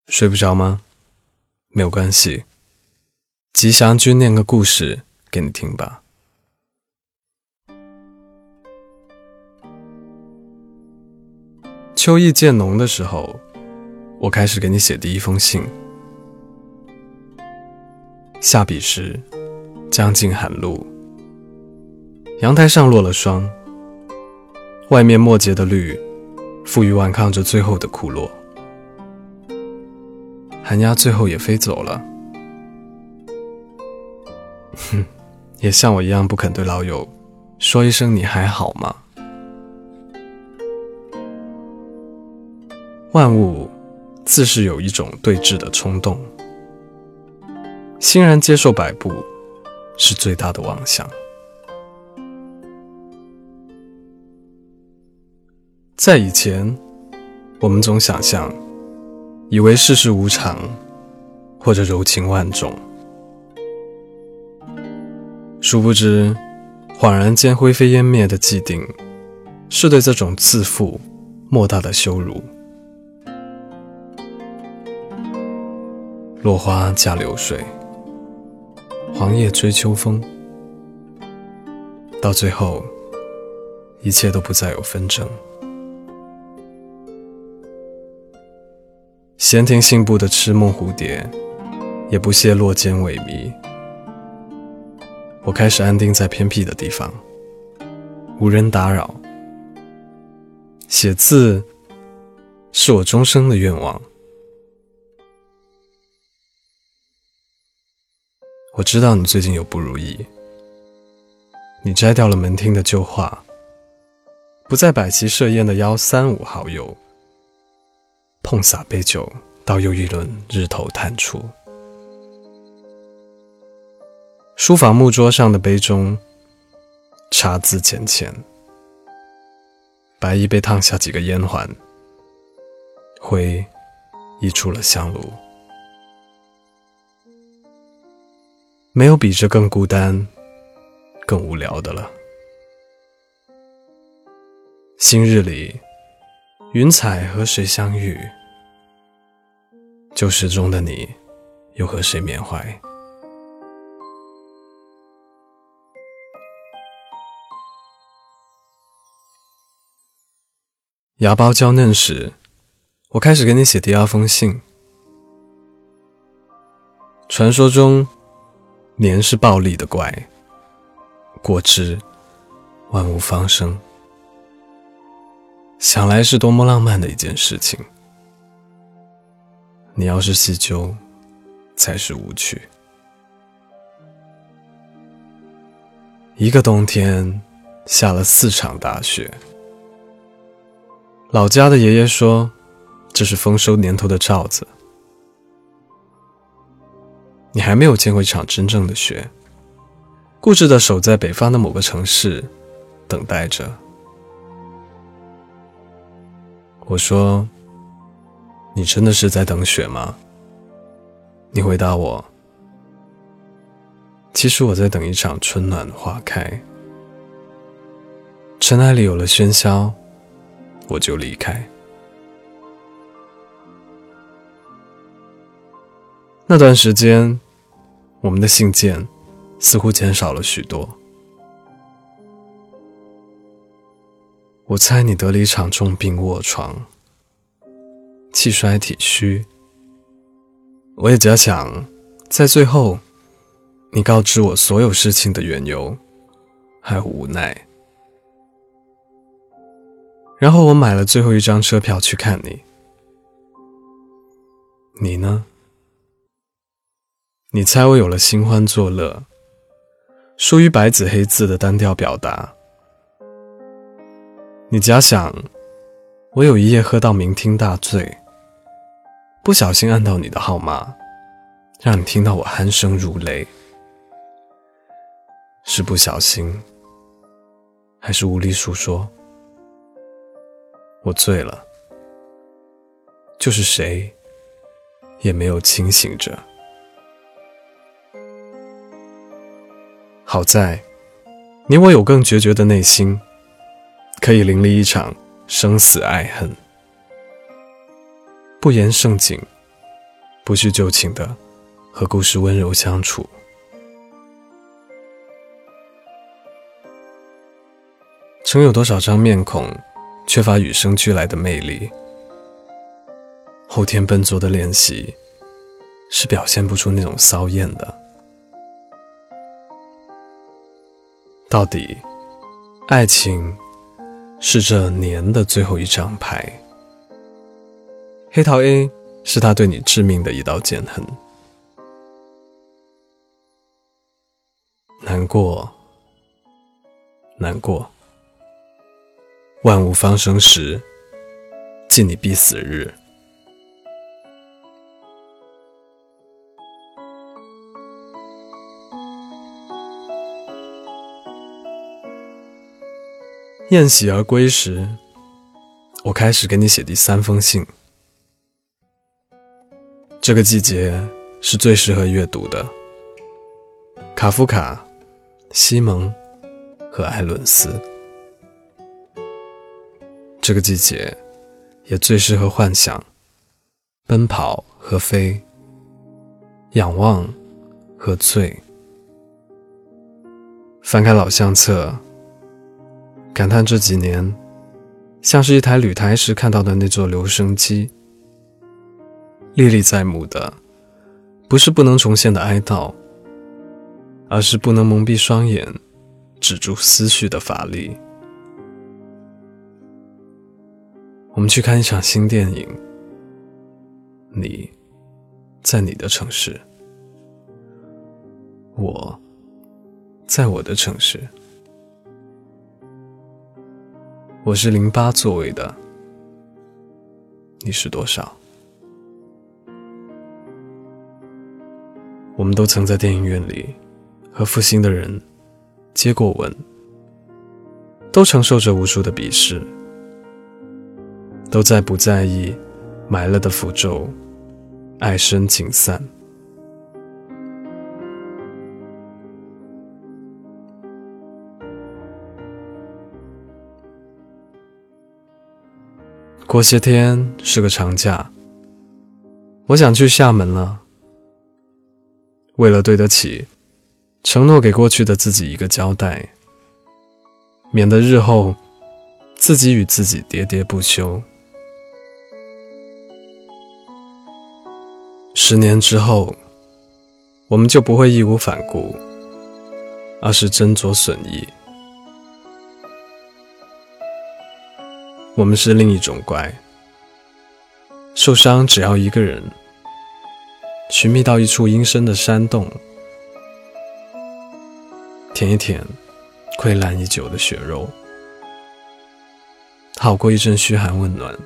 睡不着吗？没有关系，吉祥君念个故事给你听吧。秋意渐浓的时候，我开始给你写第一封信。下笔时，将近寒露，阳台上落了霜，外面末节的绿负隅顽抗着最后的枯落。寒鸦最后也飞走了，也像我一样不肯对老友说一声你还好吗？万物自是有一种对峙的冲动，欣然接受摆布是最大的妄想。在以前，我们总想象以为世事无常，或者柔情万种，殊不知恍然间灰飞烟灭的既定，是对这种自负莫大的羞辱。落花嫁流水，黄叶追秋风，到最后一切都不再有纷争。闲庭信步的痴梦蝴蝶也不屑落间萎靡。我开始安定在偏僻的地方，无人打扰。写字是我终生的愿望。我知道你最近有不如意，你摘掉了门厅的旧画，不再摆旗设宴的邀三五好友，碰洒杯酒，到又一轮日头探出。书房木桌上的杯中，茶渍浅浅，白衣被烫下几个烟环，灰溢出了香炉。没有比这更孤单、更无聊的了。新日里，云彩和谁相遇？旧时中的你，又和谁缅怀？芽苞娇嫩时，我开始给你写第二封信。传说中，年是暴力的怪，过之，万物方生。想来是多么浪漫的一件事情。你要是细究，才是无趣。一个冬天，下了4场大雪。老家的爷爷说，这是丰收年头的兆子。你还没有见过一场真正的雪，固执地守在北方的某个城市，等待着。我说，你真的是在等雪吗？你回答我，其实我在等一场春暖花开。尘埃里有了喧嚣，我就离开。那段时间，我们的信件似乎减少了许多。我猜你得了一场重病卧床，气衰体虚。我也假想，在最后，你告知我所有事情的缘由，还有无奈。然后我买了最后一张车票去看你。你呢？你猜我有了新欢作乐，疏于白纸黑字的单调表达。你假想，我有一夜喝到酩酊大醉，不小心按到你的号码，让你听到我鼾声如雷。是不小心，还是无力诉说？我醉了，就是谁也没有清醒着。好在，你我有更决绝的内心，可以淋漓一场生死爱恨。不言盛景， 不叙旧情的和故事温柔相处。曾有多少张面孔缺乏与生俱来的魅力，后天笨拙的练习是表现不出那种骚艳的。到底爱情是这年的最后一张牌，黑桃 A 是他对你致命的一道剑痕。难过，难过，万物方生时，即你必死日。宴喜而归时，我开始给你写第3封信。这个季节是最适合阅读的，卡夫卡、西蒙和艾伦斯。这个季节也最适合幻想、奔跑和飞、仰望和醉。翻开老相册，感叹这几年像是一台旅台时看到的那座留声机，历历在目的不是不能重现的哀悼，而是不能蒙蔽双眼止住思绪的乏力。我们去看一场新电影，你在你的城市，我在我的城市。我是08座位的，你是多少？我们都曾在电影院里和负心的人接过吻，都承受着无数的鄙视，都在不在意埋了的符咒，爱深情散。过些天是个长假，我想去厦门了。为了对得起承诺给过去的自己一个交代，免得日后自己与自己喋喋不休。10年之后，我们就不会义无反顾，而是斟酌损益。我们是另一种怪，受伤只要一个人，寻觅到一处阴森的山洞，舔一舔溃烂已久的血肉，好过一阵嘘寒问暖。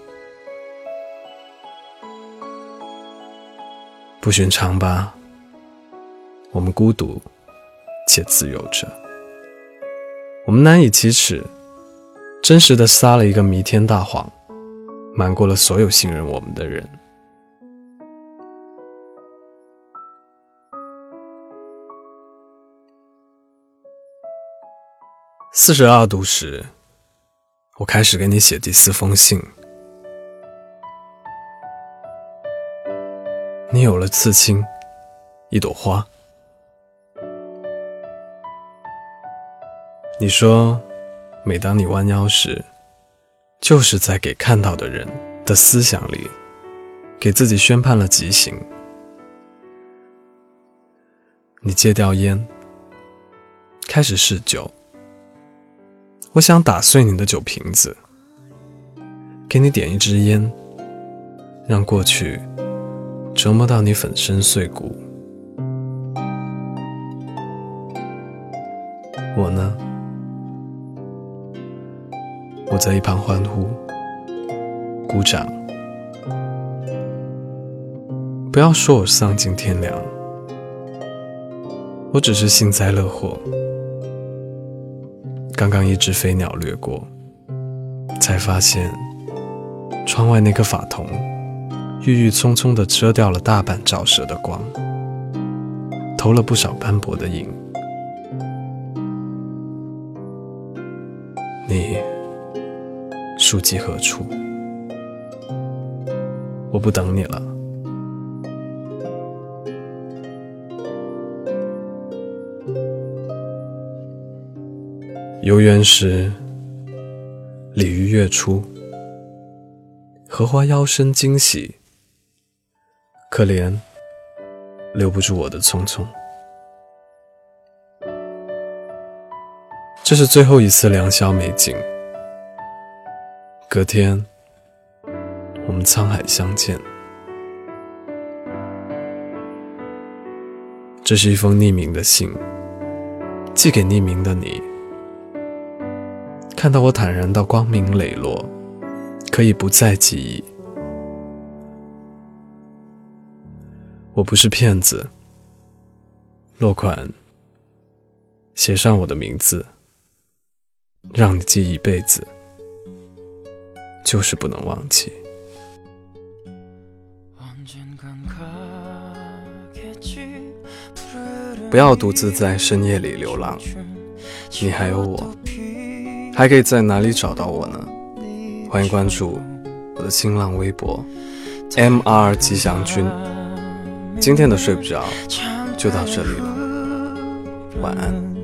不寻常吧，我们孤独且自由着，我们难以启齿，真实地撒了一个弥天大谎，瞒过了所有信任我们的人。42度时，我开始给你写第4封信。你有了刺青，一朵花。你说每当你弯腰时，就是在给看到的人的思想里给自己宣判了极刑。你戒掉烟，开始试酒。我想打碎你的酒瓶子，给你点一支烟，让过去折磨到你粉身碎骨。我呢，我在一旁欢呼鼓掌。不要说我丧尽天良，我只是幸灾乐祸。刚刚一只飞鸟掠过，才发现窗外那颗法桐郁郁葱葱地遮掉了大半照射的光，投了不少斑驳的影。你书籍何处？我不等你了， 游园时，鲤鱼跃出，荷花腰身惊喜，可怜留不住我的匆匆。这是最后一次良宵美景，隔天我们沧海相见。这是一封匿名的信，寄给匿名的你。看到我坦然到光明磊落，可以不再记忆。我不是骗子，落款写上我的名字，让你记一辈子，就是不能忘记。不要独自在深夜里流浪，你还有我。还可以在哪里找到我呢？欢迎关注我的新浪微博 MR 吉祥君。今天的睡不着就到这里了，晚安。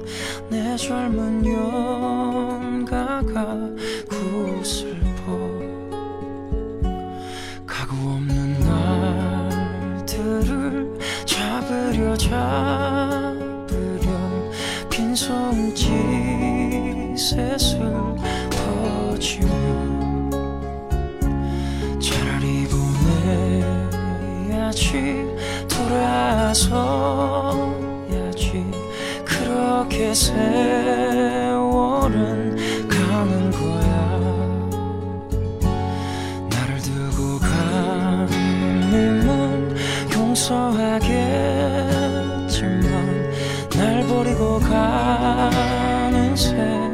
셋을 퍼지며 차라리 보내야지 돌아서야지 그렇게 세월은 가는 거야. 나를 두고 간 님은 용서하겠지만 날 버리고 가는 새